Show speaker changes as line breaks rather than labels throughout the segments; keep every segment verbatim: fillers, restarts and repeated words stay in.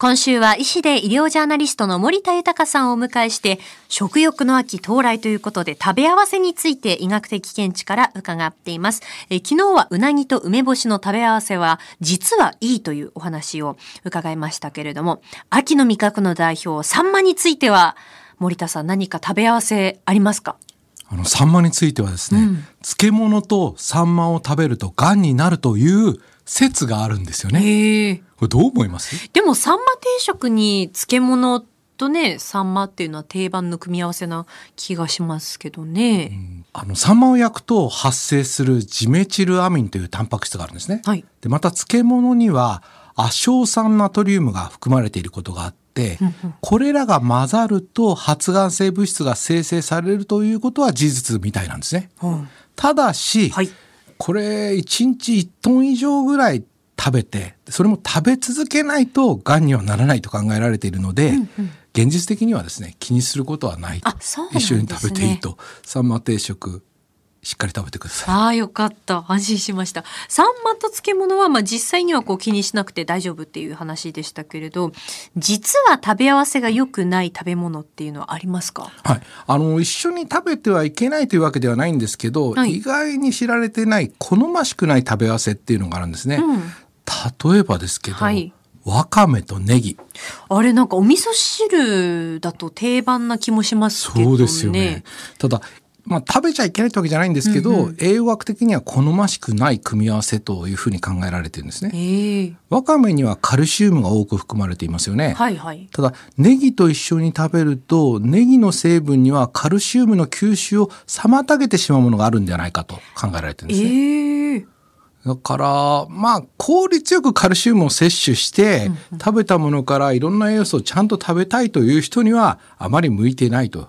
今週は医師で医療ジャーナリストの森田豊さんをお迎えして食欲の秋到来ということで食べ合わせについて医学的見地から伺っています。え昨日はうなぎと梅干しの食べ合わせは実はいいというお話を伺いましたけれども、秋の味覚の代表サンマについては森田さん何か食べ合わせありますか？
あのサンマについてはですね、うん、漬物とサンマを食べるとがんになるという説があるんですよね。
へー。
これどう思います？
でもサンマ定食に漬物とねサンマっていうのは定番の組み合わせな気がしますけどね、
うん、あのサンマを焼くと発生するジメチルアミンというタンパク質があるんですね、
はい、
でまた漬物には亜硝酸ナトリウムが含まれていることがあって、うんうん、これらが混ざると発がん性物質が生成されるということは事実みたいなんですね、うん、ただし、はい、これいちにちいちトン以上ぐらい食べてそれも食べ続けないとがんにはならないと考えられているので、うんうん、現実的にはですね気にすることはないと。
あ、そうなんですね。
一緒に食べていいと。サンマ定食しっかり食べてください。
ああ、よかった、安心しました。サンマと漬物はまあ実際にはこう気にしなくて大丈夫っていう話でしたけれど、実は食べ合わせが良くない食べ物っていうのはありますか？
はい、あの一緒に食べてはいけないというわけではないんですけど、はい、意外に知られてない好ましくない食べ合わせっていうのがあるんですね、うん、例えばですけど、はい、わかめとネギ、
あれなんかお味噌汁だと定番な気もしますけどね。
そうですよね。ただまあ、食べちゃいけないってわけじゃないんですけど、うんうん、栄養学的には好ましくない組み合わせというふうに考えられてるんですね、えー、わかめにはカルシウムが多く含まれていますよね、
はいはい、
ただネギと一緒に食べるとネギの成分にはカルシウムの吸収を妨げてしまうものがあるんじゃないかと考えられてるんですね、えー、だからまあ効率よくカルシウムを摂取して、うんうん、食べたものからいろんな栄養素をちゃんと食べたいという人にはあまり向いてないということ。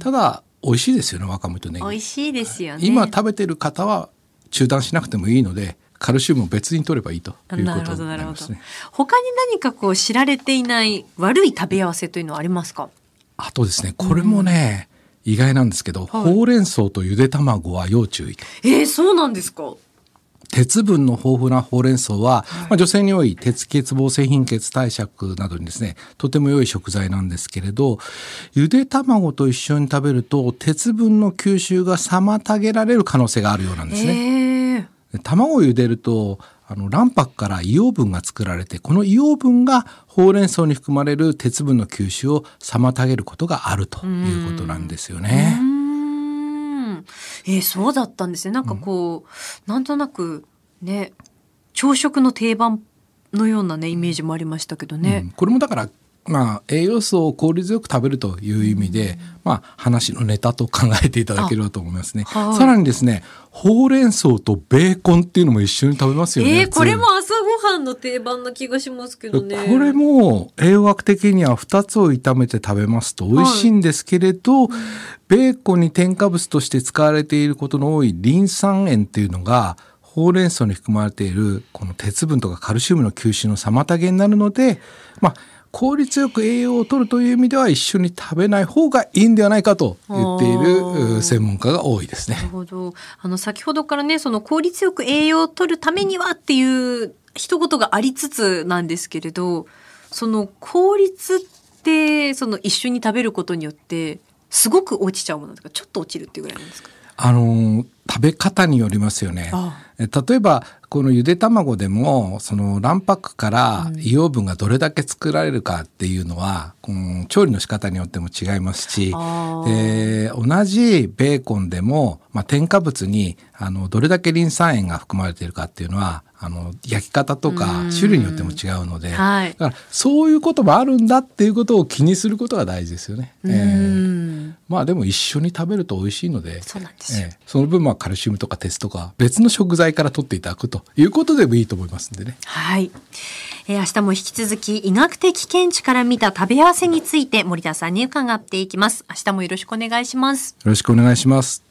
ただ美味しいですよね、わかめとネギ。
美味しいですよね。
今食べてる方は中断しなくてもいいのでカルシウムを別に取ればいいということになりますね。
他に何かこう知られていない悪い食べ合わせというのはありますか？
あとですね、これもね、うん、意外なんですけど、はい、ほうれん草とゆで卵は要注意と。
えー、そうなんですか？
鉄分の豊富なほうれん草は、はい、まあ、女性に多い鉄欠乏性貧血対策などにですねとても良い食材なんですけれど、ゆで卵と一緒に食べると鉄分の吸収が妨げられる可能性があるようなんですね、えー、卵を茹でるとあの卵白から硫黄分が作られて、この硫黄分がほうれん草に含まれる鉄分の吸収を妨げることがあるということなんですよね。
えー、そうだったんですね。なんかこう、うん、なんとなくね朝食の定番のようなねイメージもありましたけどね、
うん、これもだからまあ栄養素を効率よく食べるという意味で、うん、まあ話のネタと考えていただければと思いますね。はい、さらにですね、ほうれん草とベーコンっていうのも一緒に食べますよね。
えー、これも朝ごはんの定番な気がしますけどね。
これも栄養学的にはふたつを炒めて食べますと美味しいんですけれど、はい、ベーコンに添加物として使われていることの多いリン酸塩っていうのがほうれん草に含まれているこの鉄分とかカルシウムの吸収の妨げになるので、まあ効率よく栄養を取るという意味では一緒に食べない方がいいんではないかと言っている専門家が多いですね。
なるほど。あの先ほどからねその効率よく栄養を取るためにはっていう一言がありつつなんですけれど、その効率ってその一緒に食べることによってすごく落ちちゃうものですか？ちょっと落ちるっていうぐらいなんですか？
あの食べ方によりますよね。ああ、例えばこのゆで卵でもその卵白から硫黄分がどれだけ作られるかっていうのは、うん、調理の仕方によっても違いますし、で同じベーコンでも、まあ、添加物にあのどれだけリン酸塩が含まれているかっていうのはあの焼き方とか種類によっても違うので、はい、だからそういうこともあるんだっていうことを気にすることが大事ですよね。えー、まあでも一緒に食べると美味しいので、
そうなんですよ。
えー、その分まあカルシウムとか鉄とか別の食材から取っていただくということでもいいと思いますんでね。
はい、えー、明日も引き続き医学的見地から見た食べ合わせについて森田さんに伺っていきます。明日もよろしくお願いします。
よろしくお願いします。